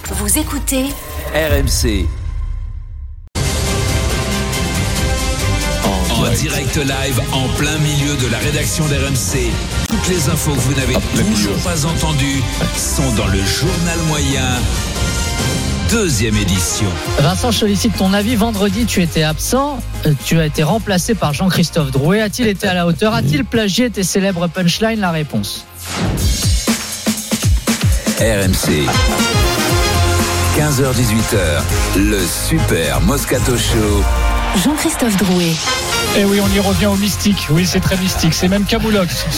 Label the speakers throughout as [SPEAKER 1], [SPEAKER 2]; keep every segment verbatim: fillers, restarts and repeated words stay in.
[SPEAKER 1] Vous écoutez
[SPEAKER 2] R M C. En direct live, en plein milieu de la rédaction d'R M C. Toutes les infos que vous n'avez toujours pas entendues sont dans le journal moyen. Deuxième édition.
[SPEAKER 3] Vincent, je sollicite ton avis. Vendredi, tu étais absent. Tu as été remplacé par Jean-Christophe Drouet. A-t-il été à la hauteur? A-t-il plagié tes célèbres punchlines? La réponse.
[SPEAKER 2] R M C. quinze heures dix-huit heures. Le Super Moscato Show.
[SPEAKER 1] Jean-Christophe Drouet.
[SPEAKER 4] Eh oui, on y revient au mystique. Oui, c'est très mystique. C'est même Kaboulox.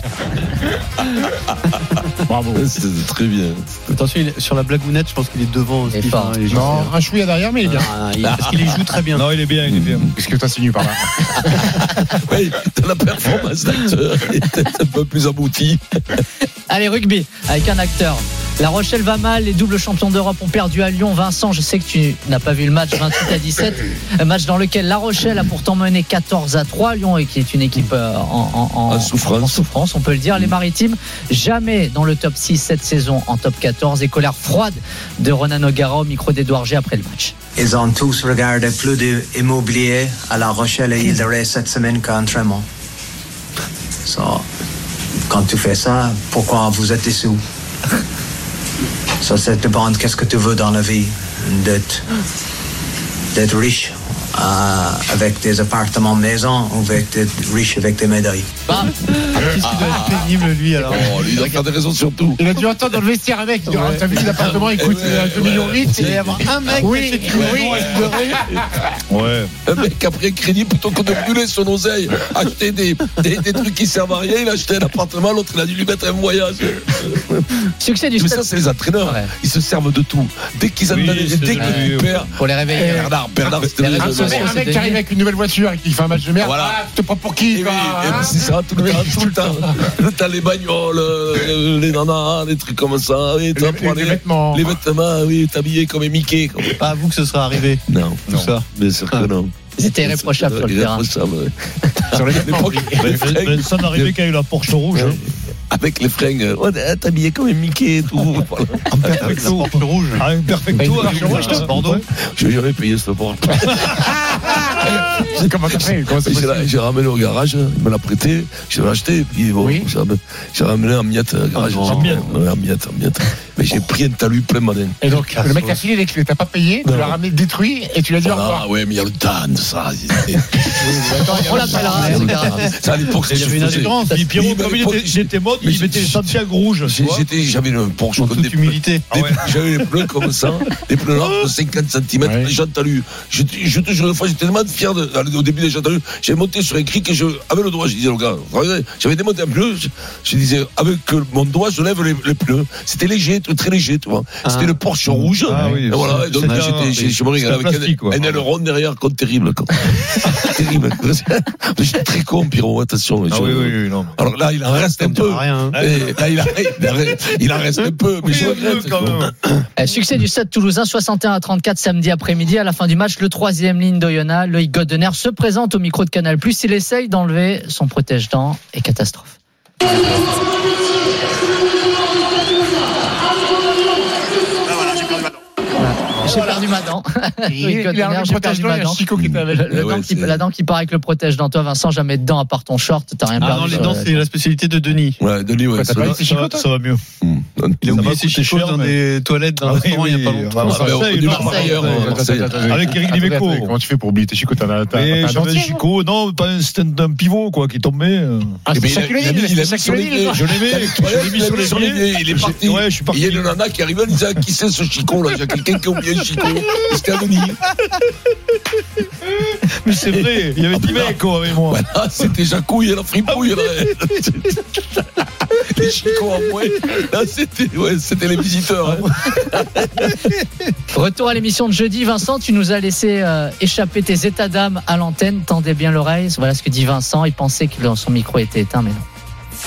[SPEAKER 4] Bravo.
[SPEAKER 5] C'est très bien.
[SPEAKER 6] Attention, il est, sur la blagounette, je pense qu'il est devant.
[SPEAKER 3] Il est fort.
[SPEAKER 6] Il
[SPEAKER 4] Non, un chouïa derrière, mais il est bien.
[SPEAKER 6] Ah, il, parce qu'il joue très bien.
[SPEAKER 5] Non, il est bien, il est bien.
[SPEAKER 4] Qu'est-ce que tu insinues par là?
[SPEAKER 5] Oui, t'as la performance d'acteur est un peu plus aboutie.
[SPEAKER 3] Allez, rugby, avec un acteur. La Rochelle va mal, les doubles champions d'Europe ont perdu à Lyon. Vincent, je sais que tu n'as pas vu le match vingt-huit à dix-sept, un match dans lequel La Rochelle a pourtant mené quatorze à trois. Lyon, qui est une équipe en, en, en,
[SPEAKER 5] en, souffrance.
[SPEAKER 3] en souffrance, on peut le dire. Les Maritimes, jamais dans le top six cette saison en top quatorze. Et colère froide de Ronan O'Gara au micro d'Edouard G après le match.
[SPEAKER 7] Ils ont tous regardé plus d'immobilier à La Rochelle et Île-de-Ré cette semaine qu'à entraînement. So, quand tu fais ça, pourquoi vous êtes déçus? Ça, ça te demande qu'est-ce que tu veux dans la vie, d'être, d'être riche euh, avec des appartements maison ou d'être riche avec des médailles.
[SPEAKER 3] Bah,
[SPEAKER 6] Qu'est-ce qu'il doit être pénible, lui, alors?
[SPEAKER 5] Oh, lui, il doit faire des raisons sur tout.
[SPEAKER 4] Il a dû entendre dans le vestiaire avec. Il dit, ah, t'as vu, l'appartement, il coûte deux millions huit.
[SPEAKER 6] Il va y avoir un mec
[SPEAKER 4] Oui,
[SPEAKER 6] qui
[SPEAKER 4] oui.
[SPEAKER 5] Ouais. Un mec a pris un crédit plutôt que de brûler son oseille, acheter des, des, des trucs qui servent à rien. Il a acheté un appartement, l'autre il a dû lui mettre un voyage.
[SPEAKER 3] succès du
[SPEAKER 5] Mais
[SPEAKER 3] stade.
[SPEAKER 5] ça, c'est les entraîneurs.
[SPEAKER 3] Ouais.
[SPEAKER 5] Ils se servent de tout. Dès qu'ils en
[SPEAKER 6] Oui,
[SPEAKER 5] donnent,
[SPEAKER 6] c'est
[SPEAKER 5] dès
[SPEAKER 6] vrai.
[SPEAKER 5] qu'ils perdent.
[SPEAKER 3] Pour les réveiller.
[SPEAKER 5] Bernard, Bernard, c'était
[SPEAKER 3] les
[SPEAKER 5] le-
[SPEAKER 3] réseaux
[SPEAKER 4] Un
[SPEAKER 3] sociaux,
[SPEAKER 4] mec, un mec qui arrive avec une nouvelle voiture et qui fait un match de merde.
[SPEAKER 5] Voilà.
[SPEAKER 4] Ah, tu te prends pour qui,
[SPEAKER 5] Et oui,
[SPEAKER 4] quoi,
[SPEAKER 5] et
[SPEAKER 4] hein?
[SPEAKER 5] c'est ça, tout le temps, tout le temps. Le temps, les bagnoles, euh, les nanas, les trucs comme ça. Oui,
[SPEAKER 4] Les- les- les vêtements.
[SPEAKER 5] Les vêtements, oui, t'habillé comme un Mickey. Comme...
[SPEAKER 6] Pas à vous que ce sera arrivé.
[SPEAKER 5] Non,
[SPEAKER 6] Tout ça.
[SPEAKER 5] bien sûr que non.
[SPEAKER 3] C'était irréprochable sur le terrain.
[SPEAKER 5] Irréprochable, ouais.
[SPEAKER 4] Sur les
[SPEAKER 5] À l'époque, les fringues,
[SPEAKER 8] Ça n'arrivait qu'à eu la Porsche rouge.
[SPEAKER 5] ouais, avec les fringues, euh, ouais, t'es habillé comme un Mickey et tout. Voilà.
[SPEAKER 6] Avec la porte rouge.
[SPEAKER 8] Ah, un perfecto avec
[SPEAKER 6] rouge, Bordeaux.
[SPEAKER 5] J'ai jamais payé ce port.
[SPEAKER 4] Comment t'as fait? Comment c'est
[SPEAKER 5] J'ai
[SPEAKER 4] possible?
[SPEAKER 5] j'ai ramené au garage, il me l'a prêté, je l'ai acheté, puis bon,
[SPEAKER 4] Oui.
[SPEAKER 5] j'ai ramené, j'ai ramené en miettes au garage.
[SPEAKER 6] Oh,
[SPEAKER 5] en miettes, en miettes, en miettes. Mais j'ai pris un talus plein malin.
[SPEAKER 4] Et donc, le mec t'a filé les clés, t'as pas payé, tu
[SPEAKER 5] Non.
[SPEAKER 4] l'as ramené détruit et tu l'as dit au revoir.
[SPEAKER 5] Ah ouais, mais il y a le temps de ça.
[SPEAKER 3] On l'appellera.
[SPEAKER 5] Ah,
[SPEAKER 3] c'est grave.
[SPEAKER 5] Ça, à l'époque,
[SPEAKER 6] Il y avait une
[SPEAKER 5] faisais-
[SPEAKER 6] assurance.
[SPEAKER 8] Puis Pierrot,
[SPEAKER 5] Oui, mais
[SPEAKER 8] comme il
[SPEAKER 5] l'époque,
[SPEAKER 8] était, il était mode,
[SPEAKER 5] mais
[SPEAKER 8] il mettait les
[SPEAKER 5] j'ai-
[SPEAKER 8] Santiago rouges. tu
[SPEAKER 5] J'ai-
[SPEAKER 8] vois.
[SPEAKER 5] j'étais, J'avais une Porsche
[SPEAKER 6] En
[SPEAKER 5] comme
[SPEAKER 6] toute
[SPEAKER 5] des
[SPEAKER 6] humilité.
[SPEAKER 5] des- J'avais les pneus comme ça, des pneus larges de cinquante centimètres,
[SPEAKER 4] Ouais.
[SPEAKER 5] les jantes talus. Je, te- je te jure, une fois, j'étais tellement fier de, au début des jantes talus. J'avais monté sur un cri que je, avec le doigt, je disais au gars, regardez, j'avais démonté un pneu, je, je disais, avec mon doigt, je lève les, les pneus. C'était léger, très léger, tu vois.
[SPEAKER 6] Ah.
[SPEAKER 5] C'était le Porsche rouge.
[SPEAKER 8] Ah oui,
[SPEAKER 5] Et voilà, et donc
[SPEAKER 8] c'était
[SPEAKER 5] j'étais,
[SPEAKER 8] un-
[SPEAKER 5] j'ai- je me
[SPEAKER 8] c'était
[SPEAKER 5] regardais
[SPEAKER 8] un
[SPEAKER 5] avec
[SPEAKER 8] plastique, quoi.
[SPEAKER 5] un, un aileron derrière, comme terrible, quoi. Terrible. J'étais très con, Pierrot, attention.
[SPEAKER 8] Ah
[SPEAKER 5] je-
[SPEAKER 8] oui, oui, oui, non.
[SPEAKER 5] Alors là, il en reste un
[SPEAKER 6] Ça me
[SPEAKER 5] peu.
[SPEAKER 6] dira rien. hein.
[SPEAKER 5] Et là, il, a, il, a- il en reste un peu, mais je
[SPEAKER 8] Oui,
[SPEAKER 5] regrette.
[SPEAKER 8] quand même.
[SPEAKER 3] Euh, Succès du Stade Toulousain, soixante et un à trente-quatre samedi après-midi. À la fin du match, le troisième ligne d'Oyonnax, Loïc Goddener, se présente au micro de Canal+. Il essaye d'enlever son protège-dents et catastrophe. J'ai perdu ma dent.
[SPEAKER 4] Il
[SPEAKER 3] Loïc
[SPEAKER 4] il a
[SPEAKER 3] Goddener,
[SPEAKER 4] un
[SPEAKER 3] j'ai perdu
[SPEAKER 4] protège-dents, il
[SPEAKER 3] ma
[SPEAKER 4] y a
[SPEAKER 3] dent.
[SPEAKER 4] Chico qui était avec.
[SPEAKER 3] Le, le
[SPEAKER 5] Ouais,
[SPEAKER 3] dent qui-
[SPEAKER 5] c'est-
[SPEAKER 3] la dent qui part avec le protège-dents. Toi, Vincent, jamais de dent à part ton short. T'as rien
[SPEAKER 6] Ah
[SPEAKER 3] perdu.
[SPEAKER 6] non, les
[SPEAKER 3] sur
[SPEAKER 6] dents,
[SPEAKER 3] la-
[SPEAKER 6] c'est la spécialité de Denis.
[SPEAKER 5] Ouais, Denis, ouais.
[SPEAKER 4] T'as
[SPEAKER 5] ça
[SPEAKER 4] pas
[SPEAKER 5] va.
[SPEAKER 4] eu tes
[SPEAKER 8] Ça
[SPEAKER 4] chicots,
[SPEAKER 8] va,
[SPEAKER 4] toi?
[SPEAKER 8] ça va mieux.
[SPEAKER 5] Hum.
[SPEAKER 6] Il a
[SPEAKER 8] Ça
[SPEAKER 6] oublié
[SPEAKER 8] va
[SPEAKER 6] ses
[SPEAKER 8] coûter
[SPEAKER 6] chicots
[SPEAKER 8] cher,
[SPEAKER 6] dans
[SPEAKER 8] mais-
[SPEAKER 6] des toilettes d'un
[SPEAKER 8] Ah oui,
[SPEAKER 6] restaurant il y a pas
[SPEAKER 8] oui,
[SPEAKER 6] longtemps.
[SPEAKER 8] ah,
[SPEAKER 5] Ah, mais on
[SPEAKER 8] Marseille,
[SPEAKER 5] est
[SPEAKER 8] Marseille,
[SPEAKER 5] Marseilleur,
[SPEAKER 3] ouais.
[SPEAKER 5] euh,
[SPEAKER 4] Attends,
[SPEAKER 5] Marseille.
[SPEAKER 4] attends, attends,
[SPEAKER 8] Avec Eric
[SPEAKER 4] attends,
[SPEAKER 8] Dimeco.
[SPEAKER 4] attends, comment tu fais pour oublier tes chicots? T'as t'as- t'as
[SPEAKER 8] Et
[SPEAKER 4] pas un
[SPEAKER 8] j'avais un
[SPEAKER 4] dentier?
[SPEAKER 8] chicot, non, pas un- c'était un pivot, quoi, qui tombait. euh.
[SPEAKER 4] Ah,
[SPEAKER 5] Eh
[SPEAKER 4] c'est
[SPEAKER 5] ben,
[SPEAKER 4] ça
[SPEAKER 5] il a-
[SPEAKER 4] qu'il a
[SPEAKER 5] il a
[SPEAKER 4] dit,
[SPEAKER 5] mis- il a
[SPEAKER 4] c'est
[SPEAKER 5] mis
[SPEAKER 4] ça
[SPEAKER 5] sur
[SPEAKER 4] qu'il a
[SPEAKER 5] les
[SPEAKER 4] dit,
[SPEAKER 5] pieds.
[SPEAKER 4] quoi.
[SPEAKER 8] Je l'ai mis, je l'ai mis sur les pieds.
[SPEAKER 5] Il est parti.
[SPEAKER 8] Ouais, je suis parti.
[SPEAKER 5] Il y a une nana qui arrive en disant qui c'est ce chicot là. Il y a quelqu'un qui a oublié le chicot. Et c'était à Denis.
[SPEAKER 8] Mais c'est vrai, il y avait Dimeco avec moi.
[SPEAKER 5] Voilà, c'était Jacouille et la fripouille. là. Les chicots en moins. Là, c'était, ouais, c'était les visiteurs. Hein.
[SPEAKER 3] Retour à l'émission de jeudi. Vincent, tu nous as laissé euh, échapper tes états d'âme à l'antenne. Tendez bien l'oreille. Voilà ce que dit Vincent. Il pensait que son micro était éteint, mais non.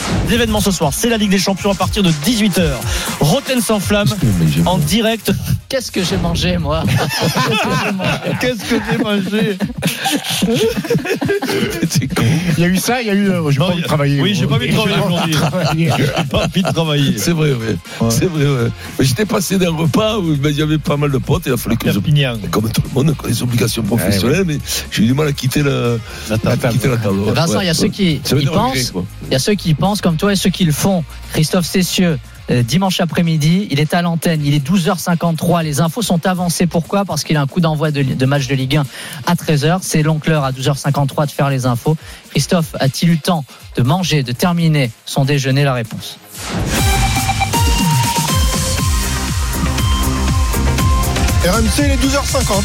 [SPEAKER 9] L'événement ce soir, c'est la Ligue des Champions à partir de dix-huit heures. Rotten sans flamme en direct
[SPEAKER 3] qu'est-ce que j'ai mangé, moi?
[SPEAKER 6] Qu'est-ce que j'ai mangé?
[SPEAKER 4] Il y a eu ça, il y a eu. euh, J'ai pas
[SPEAKER 8] Non,
[SPEAKER 4] envie de travailler.
[SPEAKER 8] Oui, j'ai pas envie de travailler aujourd'hui. J'ai pas envie de travailler.
[SPEAKER 5] C'est vrai, ouais.
[SPEAKER 8] Ouais.
[SPEAKER 5] C'est vrai, ouais. Mais j'étais passé d'un repas où ben, il y avait pas mal de potes et il a fallu que je.
[SPEAKER 8] Perpignan.
[SPEAKER 5] Comme tout le monde, les obligations professionnelles, mais j'ai eu du mal à quitter la,
[SPEAKER 8] La table.
[SPEAKER 5] quitter la table. ouais,
[SPEAKER 3] Vincent, il y a
[SPEAKER 5] ouais,
[SPEAKER 3] ceux
[SPEAKER 5] ouais.
[SPEAKER 3] qui
[SPEAKER 5] Ça veut
[SPEAKER 3] y
[SPEAKER 5] dire regret,
[SPEAKER 3] pensent,
[SPEAKER 5] quoi.
[SPEAKER 3] il y a ceux qui y pensent comme toi et ceux qui le font. Christophe Cessieux, euh, dimanche après-midi, il est à l'antenne, il est douze heures cinquante-trois. Les infos sont avancées. Pourquoi? Parce qu'il a un coup d'envoi de, de match de Ligue un à treize heures. C'est donc l'heure à douze heures cinquante-trois de faire les infos. Christophe a-t-il eu le temps de manger, de terminer son déjeuner? La réponse.
[SPEAKER 9] R M C, il est douze heures cinquante.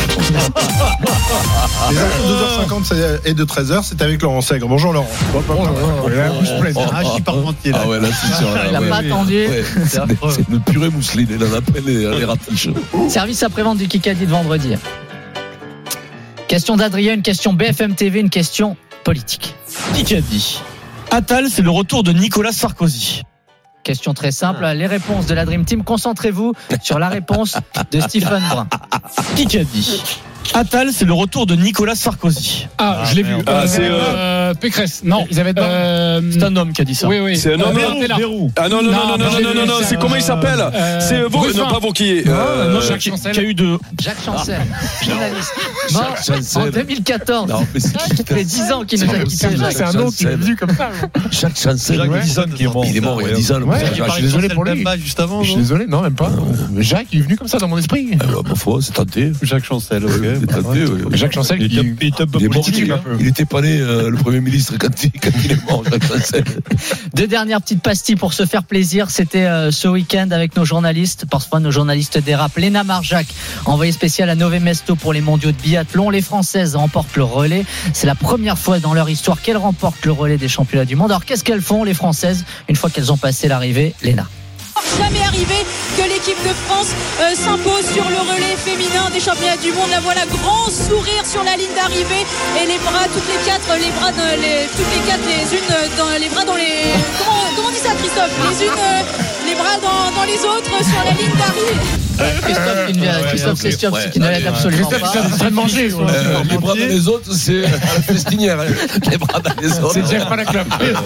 [SPEAKER 9] Les infos de douze heures cinquante et de treize heures, c'est avec Laurent Sègre. Bonjour Laurent.
[SPEAKER 6] Ah, je suis parmentier là.
[SPEAKER 5] Ah ouais, là, c'est sûr.
[SPEAKER 3] Il n'a
[SPEAKER 5] ouais.
[SPEAKER 3] pas attendu.
[SPEAKER 5] Ouais, c'est, c'est une purée mousseline. Il en appelle les, les ratiches.
[SPEAKER 3] Service après-vente du Kikadi de vendredi. Question d'Adrien, une question B F M T V, une question politique.
[SPEAKER 10] Qui a dit Attal, c'est le retour de Nicolas Sarkozy.
[SPEAKER 3] Question très simple, les réponses de la Dream Team. Concentrez-vous sur la réponse de Stephen Brun.
[SPEAKER 10] Qui a dit Attal, c'est le retour de Nicolas Sarkozy.
[SPEAKER 4] Ah, je l'ai vu.
[SPEAKER 8] Ah,
[SPEAKER 4] Euh,
[SPEAKER 8] c'est,
[SPEAKER 4] euh, Pécresse. Non,
[SPEAKER 10] Elisabeth Borne.
[SPEAKER 4] euh,
[SPEAKER 10] C'est un homme qui a dit ça.
[SPEAKER 4] Oui, oui.
[SPEAKER 11] C'est un homme.
[SPEAKER 4] Euh, Bérou,
[SPEAKER 8] Bérou.
[SPEAKER 11] Ah non, non, non, non, non, non, non, non, c'est comment il s'appelle
[SPEAKER 4] Euh,
[SPEAKER 11] C'est Vau-
[SPEAKER 4] Ruffin.
[SPEAKER 11] non, pas Vauquier.
[SPEAKER 4] Non,
[SPEAKER 11] Euh,
[SPEAKER 4] non,
[SPEAKER 10] Qui,
[SPEAKER 4] Jacques
[SPEAKER 10] qui
[SPEAKER 4] Chancel.
[SPEAKER 10] a eu de.
[SPEAKER 3] Jacques Chancel, journaliste, mort
[SPEAKER 5] Jacques Chancel.
[SPEAKER 3] en deux mille quatorze.
[SPEAKER 5] Non, mais c'est qui
[SPEAKER 3] Ça fait dix ans qu'il nous a
[SPEAKER 5] C'est
[SPEAKER 3] quittés.
[SPEAKER 5] un-
[SPEAKER 3] Jacques.
[SPEAKER 4] C'est un nom qui est venu comme ça.
[SPEAKER 5] Chaque chancel.
[SPEAKER 8] Jacques
[SPEAKER 5] ouais.
[SPEAKER 8] Dixon qui est mort.
[SPEAKER 5] Il est mort il y a dix ans. le
[SPEAKER 4] Ouais,
[SPEAKER 5] pauvre
[SPEAKER 4] il
[SPEAKER 5] Jacques.
[SPEAKER 4] paraît- désolé pour lui.
[SPEAKER 6] Juste avant.
[SPEAKER 4] Je suis
[SPEAKER 6] non
[SPEAKER 4] désolé, non, même pas. Mais Jacques, il est venu comme ça dans mon esprit.
[SPEAKER 5] Alors, ma foi, c'est tenté.
[SPEAKER 6] Jacques Chancel.
[SPEAKER 5] Ouais, c'est tenté, ouais.
[SPEAKER 4] Jacques Chancel
[SPEAKER 8] Il
[SPEAKER 4] qui
[SPEAKER 8] était il était un peu
[SPEAKER 5] Il est mort,
[SPEAKER 8] politique.
[SPEAKER 5] il,
[SPEAKER 8] hein.
[SPEAKER 5] il était pas né, euh, le Premier ministre, quand il, quand il est mort, Jacques Chancel.
[SPEAKER 3] Deux dernières petites pastilles pour se faire plaisir. C'était euh, ce week-end avec nos journalistes. Parfois, nos journalistes dérapent. Léna Marjac, envoyée spéciale à Nové Mesto pour les mondiaux de biathlon. Les Françaises remportent le relais. C'est la première fois dans leur histoire qu'elles remportent le relais des championnats du monde. Alors, qu'est-ce qu'elles font, les Françaises, une fois qu'elles ont passé l'arrivée? Léna.
[SPEAKER 12] Jamais arrivé que l'équipe de France euh, s'impose sur le relais féminin des championnats du monde. La voilà, grand sourire sur la ligne d'arrivée et les bras, toutes les quatre, les bras, dans les, toutes les quatre, les unes dans les bras dans les. Comment, comment on dit ça, Christophe? Les unes, euh, les bras dans, dans les autres sur la ligne d'arrivée.
[SPEAKER 3] Christophe, qui ne- Christophe Cessieux,
[SPEAKER 5] ouais.
[SPEAKER 3] qui ne l'aide absolument
[SPEAKER 4] Christophe,
[SPEAKER 3] pas.
[SPEAKER 4] c'est en train de manger.
[SPEAKER 5] Euh, les bras dans les autres, c'est à la festinière. hein. Les bras dans les autres.
[SPEAKER 4] C'est Jeff Panaclop.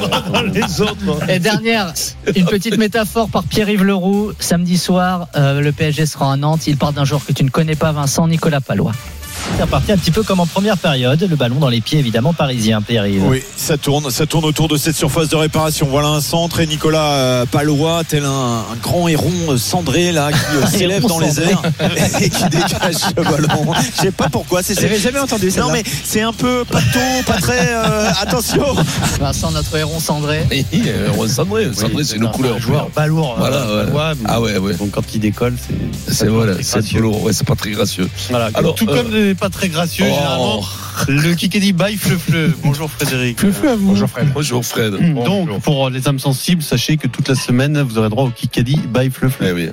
[SPEAKER 8] Les autres.
[SPEAKER 3] Et dernière, une petite métaphore par Pierre-Yves Leroux. Samedi soir, euh, le P S G sera à Nantes. Il part d'un joueur que tu ne connais pas, Vincent, Nicolas Palois.
[SPEAKER 10] C'est reparti un petit peu comme en première période. Le ballon dans les pieds, évidemment, parisien, Pierre-Yves.
[SPEAKER 11] Oui, ça tourne, ça tourne autour de cette surface de réparation. Voilà un centre et Nicolas euh, Palois, tel un, un grand héron euh, cendré là qui euh, s'élève dans les airs et qui dégage le ballon. Je sais pas pourquoi. C'est,
[SPEAKER 10] J'avais jamais entendu ça.
[SPEAKER 11] non mais c'est un peu pâteau, pas très. euh, attention.
[SPEAKER 3] Vincent, notre héron cendré.
[SPEAKER 5] Euh, on Sandré, Sandré, c'est une couleur.
[SPEAKER 6] Joueur balourd.
[SPEAKER 5] Voilà,
[SPEAKER 6] euh,
[SPEAKER 5] ouais.
[SPEAKER 6] Palois,
[SPEAKER 5] Ah ouais, ouais.
[SPEAKER 6] Donc quand il décolle, c'est.
[SPEAKER 5] C'est voilà,
[SPEAKER 6] très
[SPEAKER 5] c'est
[SPEAKER 6] gracieux.
[SPEAKER 5] lourd. Ouais, c'est pas très gracieux.
[SPEAKER 6] Voilà.
[SPEAKER 5] Alors,
[SPEAKER 6] Tout
[SPEAKER 5] euh,
[SPEAKER 6] comme n'est pas très gracieux,
[SPEAKER 5] oh.
[SPEAKER 6] généralement. Le Kikadi by Fleu-Fleu. Bonjour Frédéric.
[SPEAKER 4] Fleu-fleu à vous. Bonjour Fred.
[SPEAKER 5] Bonjour Fred.
[SPEAKER 6] Donc, pour les âmes sensibles, sachez que toute la semaine, vous aurez droit au Kikadi by Fleu-Fleu.
[SPEAKER 5] Eh oui.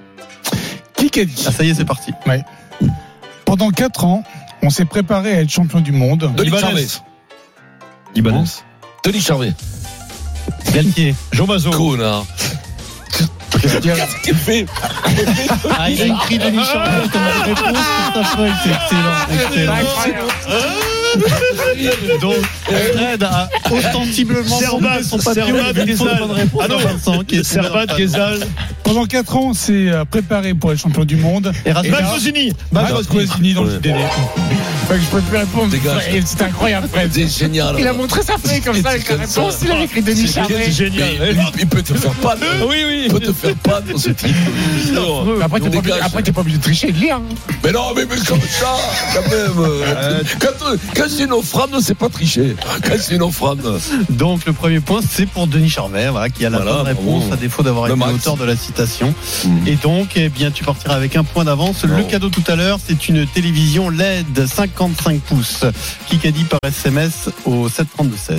[SPEAKER 4] Qui a dit?
[SPEAKER 6] Ah, ça y est, c'est parti.
[SPEAKER 4] Pendant quatre ans, on s'est préparé à être champion du monde.
[SPEAKER 5] Denis
[SPEAKER 8] Ibanez.
[SPEAKER 5] Charvet.
[SPEAKER 8] Ibanez.
[SPEAKER 5] Denis Charvet.
[SPEAKER 6] Galtier.
[SPEAKER 8] Jean Mazot.
[SPEAKER 5] Connard. Qu'est-ce qu'il fait?
[SPEAKER 6] Ah, il a écrit Denis Charvet comme réponse pour sa feuille. C'est excellent. Excellent. Donc, Fred a ostensiblement
[SPEAKER 8] Servat,
[SPEAKER 6] son papier.
[SPEAKER 8] Servat,
[SPEAKER 6] Il y avait une fausse
[SPEAKER 8] Guézal.
[SPEAKER 6] bonne réponse
[SPEAKER 8] Ah non,
[SPEAKER 6] de Vincent, qui est
[SPEAKER 8] Servat, Guézal.
[SPEAKER 4] Pendant quatre ans, on s'est euh, préparé pour être champion du monde.
[SPEAKER 6] Erasmus.
[SPEAKER 4] Et là-
[SPEAKER 8] Max Rosini.
[SPEAKER 4] Max Rosini dans le
[SPEAKER 5] Ouais.
[SPEAKER 4] délai. Fait que je peux plus répondre.
[SPEAKER 5] Dégage.
[SPEAKER 4] Et c'est incroyable, Fred.
[SPEAKER 5] C'est génial.
[SPEAKER 4] Il a montré sa feuille comme ça avec la
[SPEAKER 5] Comme ça.
[SPEAKER 4] réponse. Il a écrit Denis Charvet.
[SPEAKER 8] C'est génial.
[SPEAKER 5] Mais il, il peut te faire pas.
[SPEAKER 8] Oui, oui.
[SPEAKER 5] Il peut te faire pas dans ce type.
[SPEAKER 4] Mais Après, t'es pas, obligé- après, t'es pas obligé de tricher et de lire. hein.
[SPEAKER 5] Mais non, mais, mais comme ça, quand même. euh, quand, quand c'est une offrande, c'est pas tricher. Quand c'est une offrande.
[SPEAKER 6] Donc le premier point c'est pour Denis Charvet, voilà, qui a la
[SPEAKER 5] Voilà,
[SPEAKER 6] bonne réponse
[SPEAKER 5] bravo.
[SPEAKER 6] à défaut d'avoir
[SPEAKER 5] Le
[SPEAKER 6] été
[SPEAKER 5] max.
[SPEAKER 6] l'auteur de la citation.
[SPEAKER 5] Mmh.
[SPEAKER 6] Et donc eh bien tu partiras avec un point d'avance.
[SPEAKER 5] Non.
[SPEAKER 6] Le cadeau tout à l'heure c'est une télévision L E D cinquante-cinq pouces. Qui qu'a dit par S M S au sept trente-deux seize.